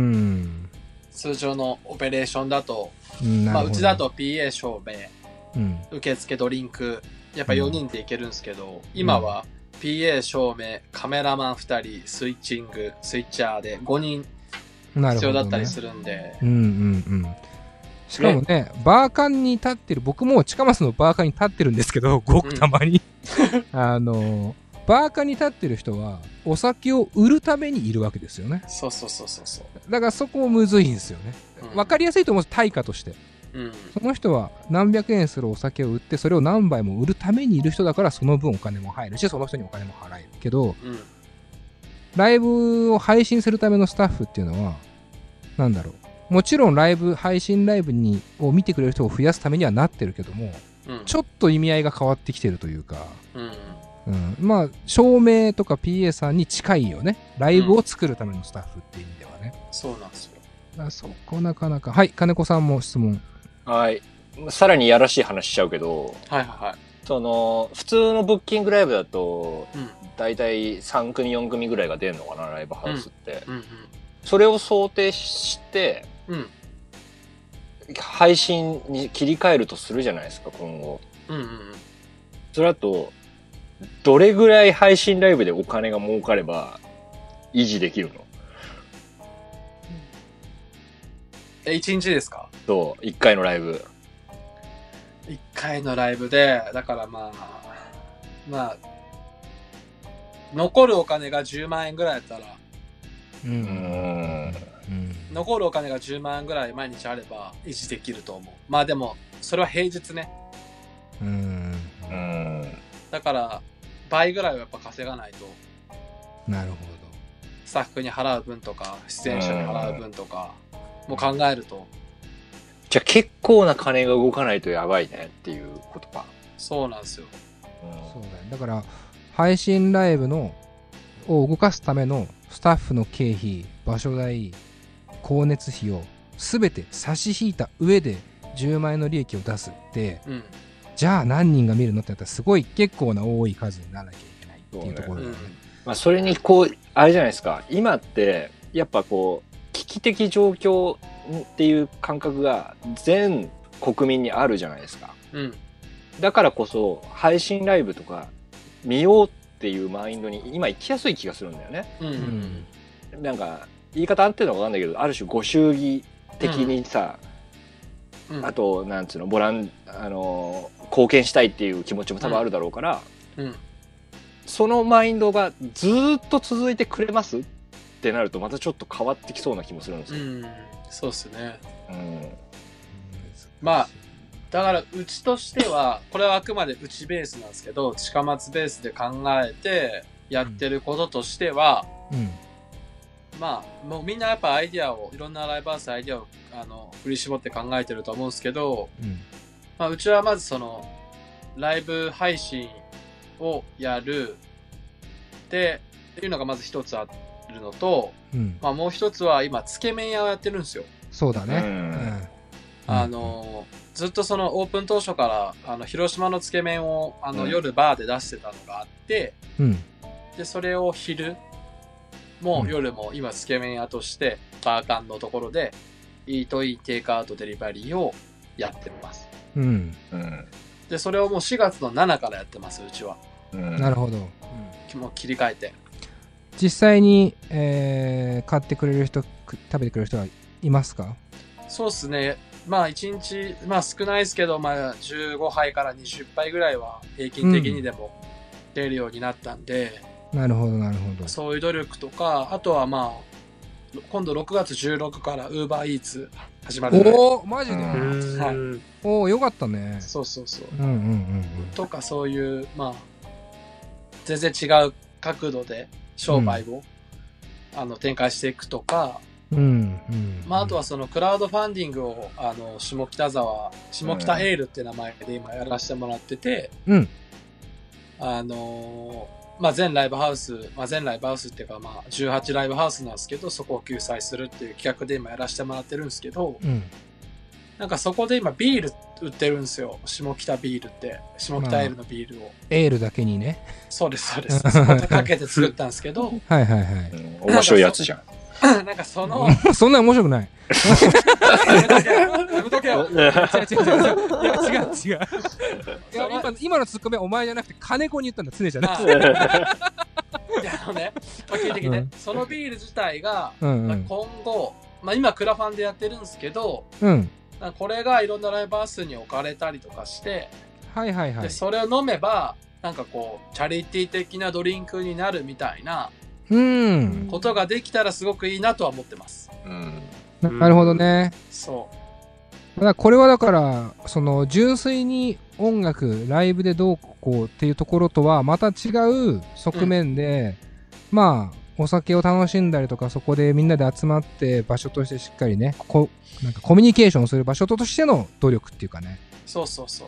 通常のオペレーションだと、うんまあ、うちだと ピーエー 証明、うん、受付ドリンク、やっぱよにんでいけるんですけど、うん、今は ピーエー 証明、カメラマンふたり、スイッチング、スイッチャーでごにん必要だったりするんで、ね、うんうんうんしかもね、バーカンに立ってる、僕も近松のバーカンに立ってるんですけど、ごくたまに、うん、あのバーカンに立ってる人はお酒を売るためにいるわけですよね。 そうそうそうそうそう。 だからそこもむずいんですよね。うん、分かりやすいと思う、対価として、うん、その人は何百円するお酒を売ってそれを何杯も売るためにいる人だから、その分お金も入るし、その人にお金も払えるけど、うん、ライブを配信するためのスタッフっていうのはなんだろう、もちろんライブ配信ライブにを見てくれる人を増やすためにはなってるけども、うん、ちょっと意味合いが変わってきてるというか、うんうん、まあ照明とか ピーエー さんに近いよね。ライブを作るためのスタッフっていう意味ではね、 うん、そうなんですよ。 だそこなかなか。はい、金子さんも質問。 はい、さらにやらしい話しちゃうけど、 はいはいはい、 その普通のブッキングライブだと、うん、だいたいさん組よん組ぐらいが出るのかな、ライブハウスって、うんうんうん、それを想定してうん、配信に切り替えるとするじゃないですか、今後。うんうんうん、それだとどれぐらい配信ライブでお金が儲かれば維持できるの？ え、いちにちですか？ そう、いっかいのライブ。 いっかいのライブで、だからまあまあ残るお金がじゅうまんえんぐらいやったら、うん。うん残るお金がじゅうまんえんぐらい毎日あれば維持できると思う。まあでもそれは平日ね。うん。うん。だから倍ぐらいはやっぱ稼がないと。 なるほど。 スタッフに払う分とか出演者に払う分とかも考えると。 じゃあ結構な金が動かないとやばいねっていうことか。 そうなんですよ。 うん、そうだね。だから配信ライブのを動かすためのスタッフの経費、場所代、光熱費を全て差し引いた上でじゅうまんえんの利益を出すって、うん、じゃあ何人が見るのってなったらすごい結構な多い数にならなきゃいけないっていうところだよね。うんまあ、それにこうあれじゃないですか、今ってやっぱこう危機的状況っていう感覚が全国民にあるじゃないですか、うん、だからこそ配信ライブとか見ようっていうマインドに今行きやすい気がするんだよね、うんうん、なんか言い方合ってるのか分かんないけど、ある種ご祝儀的にさ、うん、あとなんつうのボランあの貢献したいっていう気持ちも多分あるだろうから、うんうん、そのマインドがずっと続いてくれますってなるとまたちょっと変わってきそうな気もするんですよ。うん、 そうですね、うん、まあだからうちとしてはこれはあくまでうちベースなんですけど、近松ベースで考えてやってることとしては、うんうんまあ、もうみんなやっぱアイディアをいろんなライブハウスアイディアをあの振り絞って考えてると思うんですけど、うんまあ、うちはまずそのライブ配信をやるっていうのがまず一つあるのと、うんまあ、もう一つは今つけ麺屋をやってるんですよ。 そうだね、うんあのずっとそのオープン当初からあの広島のつけ麺をあの夜バーで出してたのがあって、うん、でそれを昼もう夜も今つけ麺屋としてバーカンのところでイートインテイクアウトデリバリーをやってます、うんうん、でそれをもうしがつのしちからやってます、うちは、 うん、なるほど、 うん、もう切り替えて実際に、えー、買ってくれる人食べてくれる人はいますか？ そうですね、まあいちにち、まあ少ないですけど、まあじゅうごはいからにじゅっぱいぐらいは平均的にでも出るようになったんで、 うん、なるほどなるほど。 そういう努力とか、あとはまあ今度ろくがつじゅうろくからUber Eats始まる。 おーマジで、はい、おーよかったね。 そうそうそう、うんうんうんうん、とかそういうまあ全然違う角度で商売を、うん、あの展開していくとか、 うんうん、 まあ、あとはそのクラウドファンディングをあの下北沢下北エールって名前で今やらせてもらってて、 うん、 あのー、まあ全ライブハウス、まあ、全ライブハウスっていうかまあじゅうはちライブハウスなんですけど、そこを救済するっていう企画で今やらせてもらってるんですけど、 うん、 なんかそこで今ビール売ってるんですよ。下北ビールって下北エールのビールを、まあ、 エールだけにね。 そうですそうです。そこでかけて作ったんですけどはいはいはい、 うん、面白いやつじゃん。 なんかそのそんな面白くない。 やめとけよやめとけよ。 違う違う違う違う。いや違う違う。今今のツッコミはお前じゃなくて金子に言ったんだ。常じゃなくて。 いやあのね、まあ、聞いてきて、うん、そのビール自体が、 うんうん、 まあ、今後、まあ、今クラファンでやってるんですけど、 うん、 これがいろんなライブハウスに置かれたりとかして、 はいはいはい、 でそれを飲めばなんかこうチャリティー的なドリンクになるみたいなことができたらすごくいいなとは思ってます。 うん、な, なるほどね。 そう。 だからこれはだからその純粋に音楽ライブでどうこうっていうところとはまた違う側面で、うん、まあお酒を楽しんだりとか、そこでみんなで集まって場所としてしっかりね、こなんかコミュニケーションする場所としての努力っていうかね。 そうそうそう、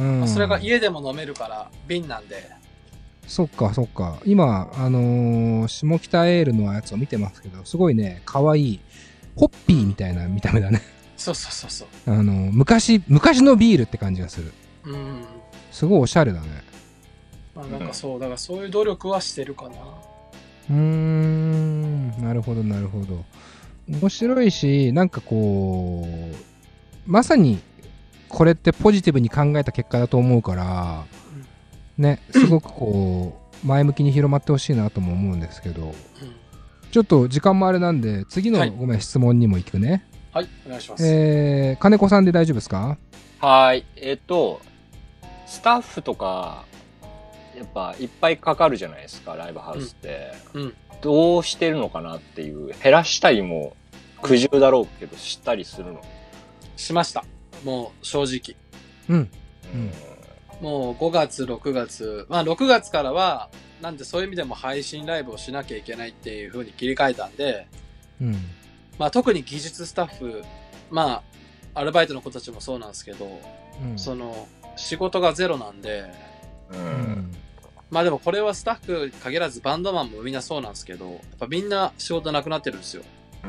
うん、 まあ、それが家でも飲めるから瓶なんで。 そっかそっか。今あのー、下北エールのやつを見てますけど、すごいね可愛いホッピーみたいな見た目だね。 そうそうそうそう。 あのー、昔昔のビールって感じがする。 うん。 すごいおしゃれだね。 まあなんかそうだからそういう努力はしてるかな。 うーん、なるほどなるほど。面白いし、なんかこうまさにこれってポジティブに考えた結果だと思うから、うん、ね、すごくこう前向きに広まってほしいなとも思うんですけど、うん、ちょっと時間もあれなんで次の、はい、ごめん質問にも行くね。 はい、お願いします。 えー、金子さんで大丈夫ですか？ はい、えっとスタッフとかやっぱいっぱいかかるじゃないですか、ライブハウスって、 うんうん、 どうしてるのかなっていう、減らしたりも苦渋だろうけどしたりするの？ しました、もう正直。 うん、うん、 もうごがつろくがつ、まあろくがつからはなんでそういう意味でも配信ライブをしなきゃいけないっていう風に切り替えたんで、 うん、 まあ特に技術スタッフ、まあアルバイトの子たちもそうなんですけど、うん、その仕事がゼロなんで、 うん、 まあでもこれはスタッフ限らずバンドマンもみんなそうなんですけど、やっぱみんな仕事なくなってるんですよ。 うん、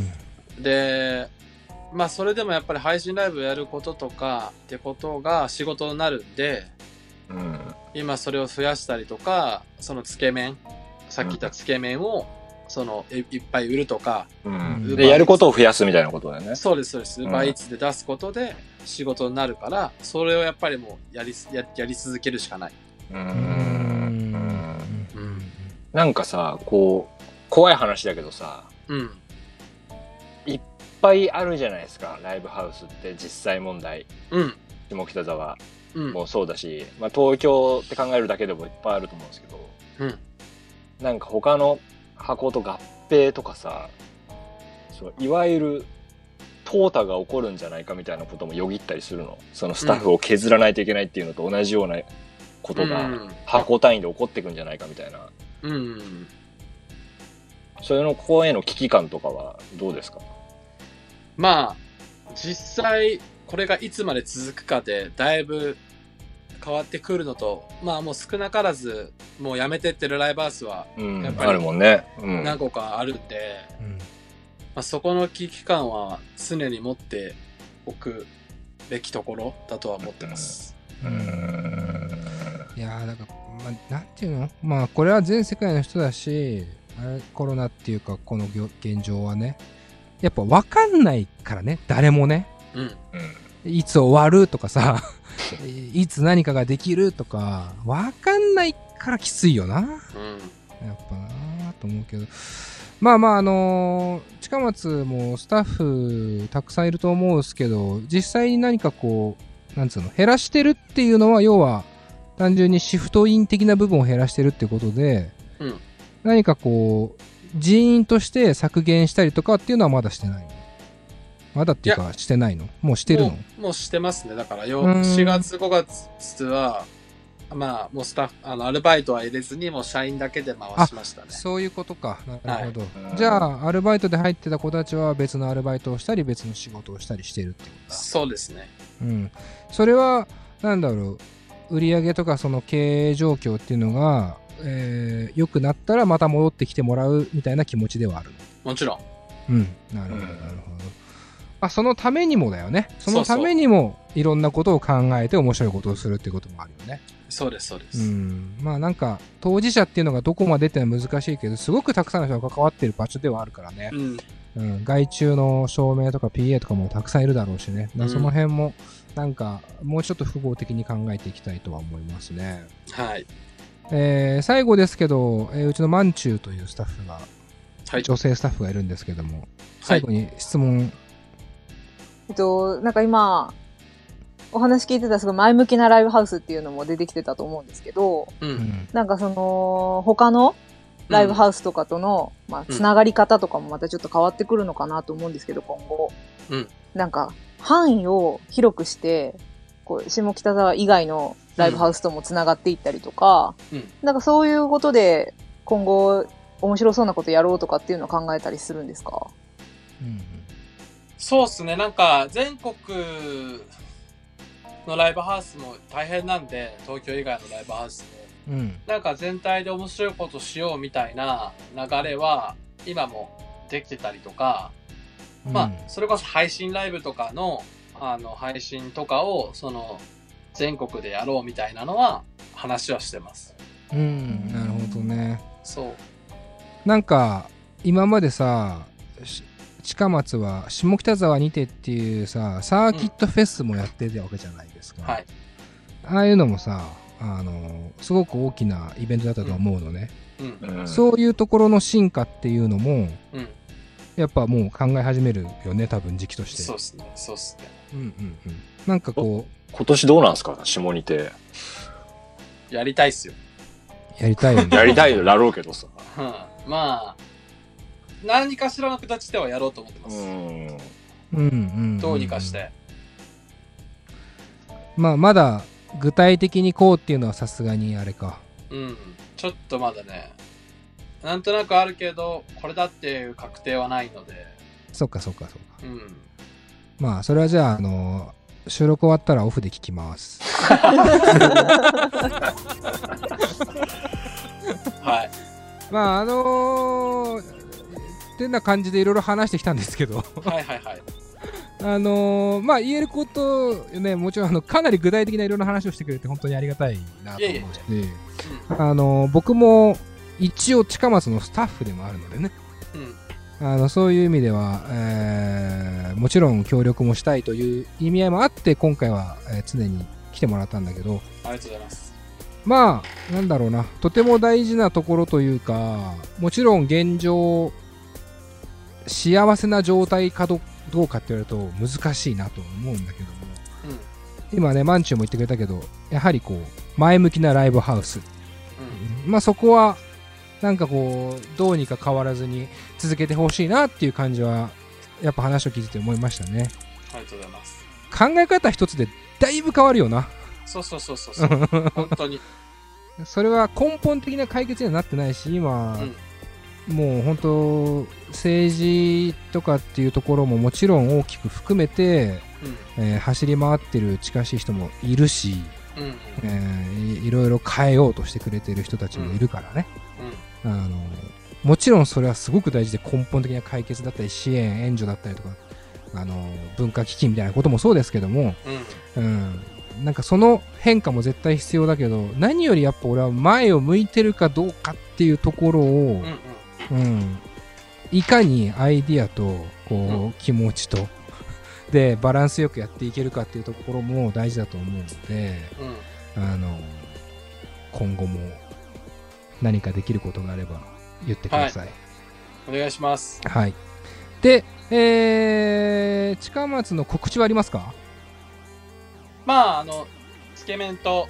で、まあそれでもやっぱり配信ライブやることとかってことが仕事になるんで、 うん、 今それを増やしたりとか、そのつけ麺、さっき言ったつけ麺をその い, いっぱい売るとか、 うん、でやることを増やすみたいなことだよね。 そうですそうです。バイツで出すことで仕事になるから、それをやっぱりもうやり や, やり続けるしかない。 うーん、うん、なんかさ、こう怖い話だけどさ、 うん、 いっぱいあるじゃないですか、ライブハウスって実際問題。 うん、 下北沢もそうだし、うん、まあ、東京って考えるだけでもいっぱいあると思うんですけど、 うん、 なんか他の箱と合併とかさ、そういわゆる淘汰が起こるんじゃないかみたいなこともよぎったりするの。そのスタッフを削らないといけないっていうのと同じようなことが箱単位で起こってくんじゃないかみたいな、 うんうん、 それのここへの危機感とかはどうですか？ まあ実際これがいつまで続くかでだいぶ変わってくるのと、まあもう少なからずもうやめてってるライブハウスはやっぱり、うん、 あるもんね、 何個かあるんで、うん、まあ、そこの危機感は常に持っておくべきところだとは思ってます。 うんうん、いやーだから、まあ、なんていうの、まあこれは全世界の人だし、あれコロナっていうかこの現状はね、やっぱ分かんないからね、誰もね、 うん、 いつ終わるとかさいつ何かができるとか分かんないからきついよな、うん、やっぱなと思うけど、まあまああのー、近松もスタッフたくさんいると思うんですけど、実際に何かこうなんつうの減らしてるっていうのは、要は単純にシフトイン的な部分を減らしてるってことで、 うん、 何かこう人員として削減したりとかっていうのはまだしてないの？まだっていうかしてないの？もうしてるの？ もう、もうしてますね。だからよしがつごがつはまあ、もうスタッフ、あの、アルバイトは入れずに、もう社員だけで回しましたね。 そういうことか。なるほど。はい、じゃあ、アルバイトで入ってた子たちは別のアルバイトをしたり、別の仕事をしたりしてるってことだ。 そうですね。 うん。それは、なんだろう、売上とかその経営状況っていうのが、えー、良くなったらまた戻ってきてもらうみたいな気持ちではあるの。 もちろん。 うん。なるほど、なるほど。あ、そのためにもだよね。そのためにもいろんなことを考えて面白いことをするっていうこともあるよね。 そうです、そうです。 うん。まあなんか、当事者っていうのがどこまでっていうのは難しいけど、すごくたくさんの人が関わってる場所ではあるからね。うん。うん、外注の照明とか ピーエー とかもたくさんいるだろうしね。うん、その辺も、なんか、もうちょっと複合的に考えていきたいとは思いますね。 はい。 えー、最後ですけど、えー、うちのマンチューというスタッフが、はい、女性スタッフがいるんですけども、最後に質問。はい、 えっと、なんか今、お話聞いてたすごい前向きなライブハウスっていうのも出てきてたと思うんですけど、うん、なんかその、他のライブハウスとかとの、うん、まあ、つながり方とかもまたちょっと変わってくるのかなと思うんですけど、今後。うん、なんか、範囲を広くして、こう、下北沢以外のライブハウスともつながっていったりとか、うん、なんかそういうことで、今後、面白そうなことやろうとかっていうのを考えたりするんですか？ うん、そうっすね。なんか、全国のライブハウスも大変なんで、東京以外のライブハウスも。うん、なんか全体で面白いことしようみたいな流れは今もできてたりとか、うん、まあそれこそ配信ライブとかのあの配信とかをその全国でやろうみたいなのは話はしてます。 うん、なるほどね。 そう。 なんか今までさ、近松は下北沢にてっていうさサーキットフェスもやってたわけじゃないですか。うん、はい。ああいうのもさ。あのすごく大きなイベントだったと思うのね、うんうん、そういうところの進化っていうのも、うん、やっぱもう考え始めるよね、多分時期として。 そうっすね、そうっすね。 うんうんうん。なんかこう今年どうなんですか、下にて。 やりたいっすよ。 やりたいよね。 やりたいだろうけどさ。 うん、まあ何かしらの形ではやろうと思ってます。うんうんうん。 どうにかして。 まあまだ。具体的にこうっていうのはさすがにあれか。 うん。ちょっとまだね。なんとなくあるけど、これだっていう確定はないので。 そっかそっかそっか。うん。まあ、それはじゃあ、あのー、収録終わったらオフで聞きます。 はい。 まあ、あのー、ってな感じでいろいろ話してきたんですけど。 はいはいはい。 あのー、まあ言えることね、もちろんあのかなり具体的ないろんな話をしてくれて本当にありがたいなと思うし、あのー、僕も一応近松のスタッフでもあるのでね、うん、あのそういう意味では、えー、もちろん協力もしたいという意味合いもあって今回は、えー、常に来てもらったんだけど、 ありがとうございます。 まあなんだろうな、とても大事なところというか、もちろん現状幸せな状態かどどうかって言われると難しいなと思うんだけども、うん、今ねマンチューも言ってくれたけど、やはりこう前向きなライブハウス、うん、まあそこはなんかこうどうにか変わらずに続けてほしいなっていう感じはやっぱ話を聞いてて思いましたね。 ありがとうございます。 考え方一つでだいぶ変わるよな。 そうそうそうそうそう本当にそれは根本的な解決にはなってないし今、うんもう本当政治とかっていうところももちろん大きく含めて、うんえー、走り回ってる近しい人もいるし、うんえー、い, いろいろ変えようとしてくれてる人たちもいるからね、うんうん、あのもちろんそれはすごく大事で根本的な解決だったり支援援助だったりとかあの文化基金みたいなこともそうですけども、うんうん、なんかその変化も絶対必要だけど何よりやっぱ俺は前を向いてるかどうかっていうところを、うんうんうん、いかにアイディアとこう、うん、気持ちとでバランスよくやっていけるかっていうところも大事だと思うので、うん、あの今後も何かできることがあれば言ってください。はい、 お願いします。 はい。で、えー、近松の告知はありますか？ まああのつけ麺と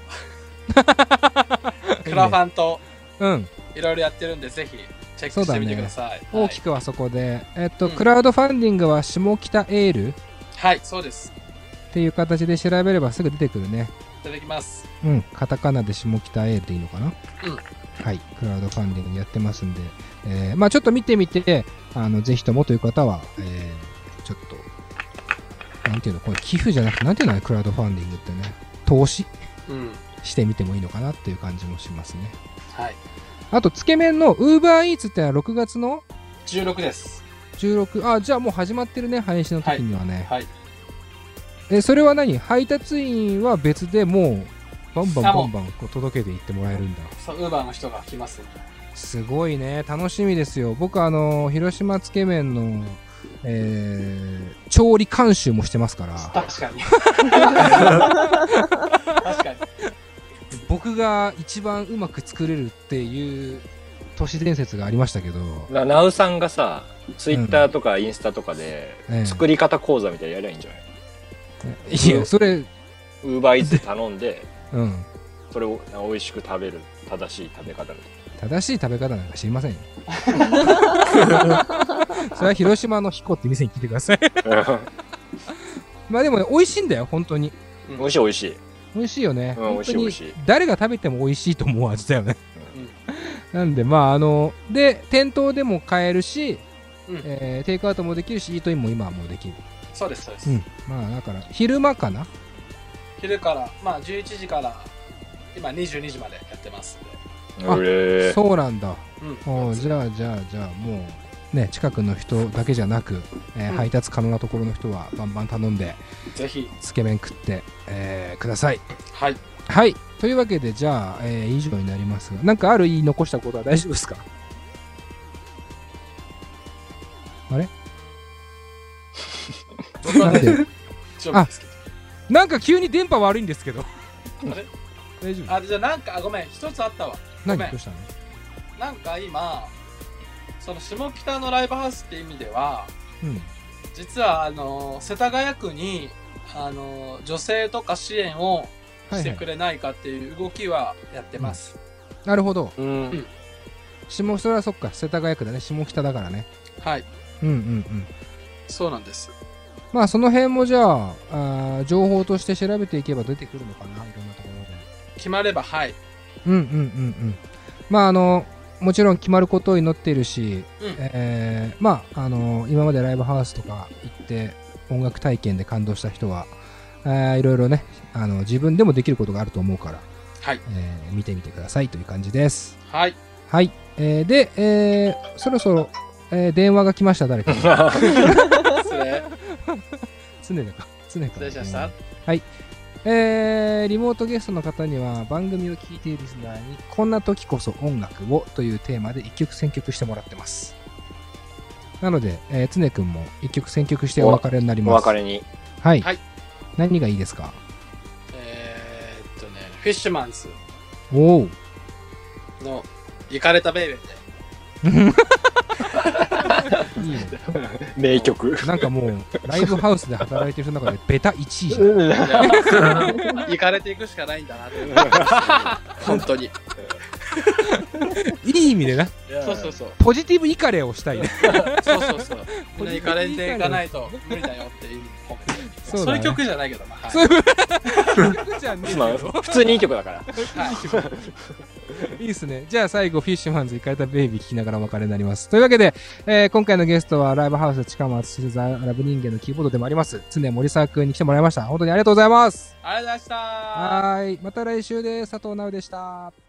クラファンとうんいろいろやってるんでぜひチェックしてみてください。ね、 大きくはそこで、えっと、うん、クラウドファンディングは下北エールはい、そうです。 っていう形で調べればすぐ出てくるね。 ただきます。 うん、カタカナで下北 A でいいのかな。 うん。 はい、クラウドファンディングやってますんで、えー、まあちょっと見てみて、あの、ぜひともという方は、えー、ちょっと、なんていうの、これ寄付じゃなくて、なんていうのクラウドファンディングってね、投資、うん、してみてもいいのかなっていう感じもしますね。 はい。 あと、つけ麺の UberEats ってのはろくがつのじゅうろくです。 じゅうろく、あ、じゃあもう始まってるね、配信の時にはね。 はい。はい、 え、それは何？配達員は別でもう、バンバンバンバンこう届けていってもらえるんだ。 そう、ウーバーの人が来ますんで。 すごいね、楽しみですよ。僕あの広島つけ麺の、えー、調理監修もしてますから。 確かに。確かに。 僕が一番うまく作れるっていう都市伝説がありましたけど。 ナウさんがさ、ツイッターとかインスタとかで、うん、作り方講座みたいなやりゃいいんじゃない？ ええ、いや、それウーバーイーツ頼んで、 うん、 それを美味しく食べる正しい食べ方みたいな。 正しい食べ方なんか知りませんよ。それは広島の彦って店に聞いてください。まあでもね、美味しいんだよ、本当に。 美味しい美味しい。 美味しいよね。 うん、美味しい美味しい。 誰が食べても美味しいと思う味だよね。うん、なんで、まああの、で、店頭でも買えるし、うん、えー、テイクアウトもできるし、イートインも今はもうできる。 そうです、そうです。 うん。まあだから、昼間かな？ 昼から、まあじゅういちじから、今にじゅうにじまでやってますんで。 あ、そうなんだ。うん、おじゃあじゃあじゃあもうね、近くの人だけじゃなく、えーうん、配達可能なところの人はバンバン頼んで、 ぜひつけ麺食って、えー、ください。 はい。 はい。というわけでじゃあ、えー、以上になりますが、なんかある言い残したことは大丈夫ですか？あれ？なんで？あ、なんか急に電波悪いんですけど。 あれ？大丈夫？あ、じゃあなんか、あ、ごめん、一つあったわ。 何どうしたの？ なんか今、その下北のライブハウスって意味では、うん、実はあの世田谷区にあの女性とか支援をしてくれないかっていう動きはやってます。 はいはい、うん、なるほど。 うん。 下それはそっか、世田谷区だね、下北だからね。 はい。 うんうんうん。そうなんです。 まあその辺もじゃあ、あ情報として調べていけば出てくるのかな、いろんなところで。 決まればはい。 うんうんうんうん。まああのもちろん決まることを祈っているし、うん、えー、まああの今までライブハウスとか行って音楽体験で感動した人は、えー、いろいろねあの自分でもできることがあると思うから、 はい、 えー、見てみてくださいという感じです。 はい。 はい。えー、で、えー、そろそろ、えー、電話が来ました誰かに。 失礼。 常だか。常か。 失礼しました。 はい。えー、リモートゲストの方には番組を聞いているリスナーにこんな時こそ音楽をというテーマで一曲選曲してもらってます。なので、えー、常くんも一曲選曲してお別れになります。 お別れに。 はい。はい、何がいいですか？ えー、っとね、フィッシュマンズおーのイカれたベイベーで。 いいね。 名曲。 なんかもうライブハウスで働いてる人の中でベタいちいじゃん。 行かれていくしかないんだなって本当にいい意味でな。 そうそうそう。 ポジティブイカレをしたいね。 そうそうそう。みんな行かれていかないと無理だよっていう。そう、ね、そういう曲じゃないけどな。はい、そういう曲じゃねえよ。 普通にいい曲だから。 はい、いいっすね。じゃあ最後フィッシュマンズイカれたベイビー聞きながらお別れになります。というわけで、えー、今回のゲストはライブハウス近松静ザラブ人間のキーボードでもあります常森沢くんに来てもらいました。本当にありがとうございます。 ありがとうございました。 はい。また来週です。佐藤直でした。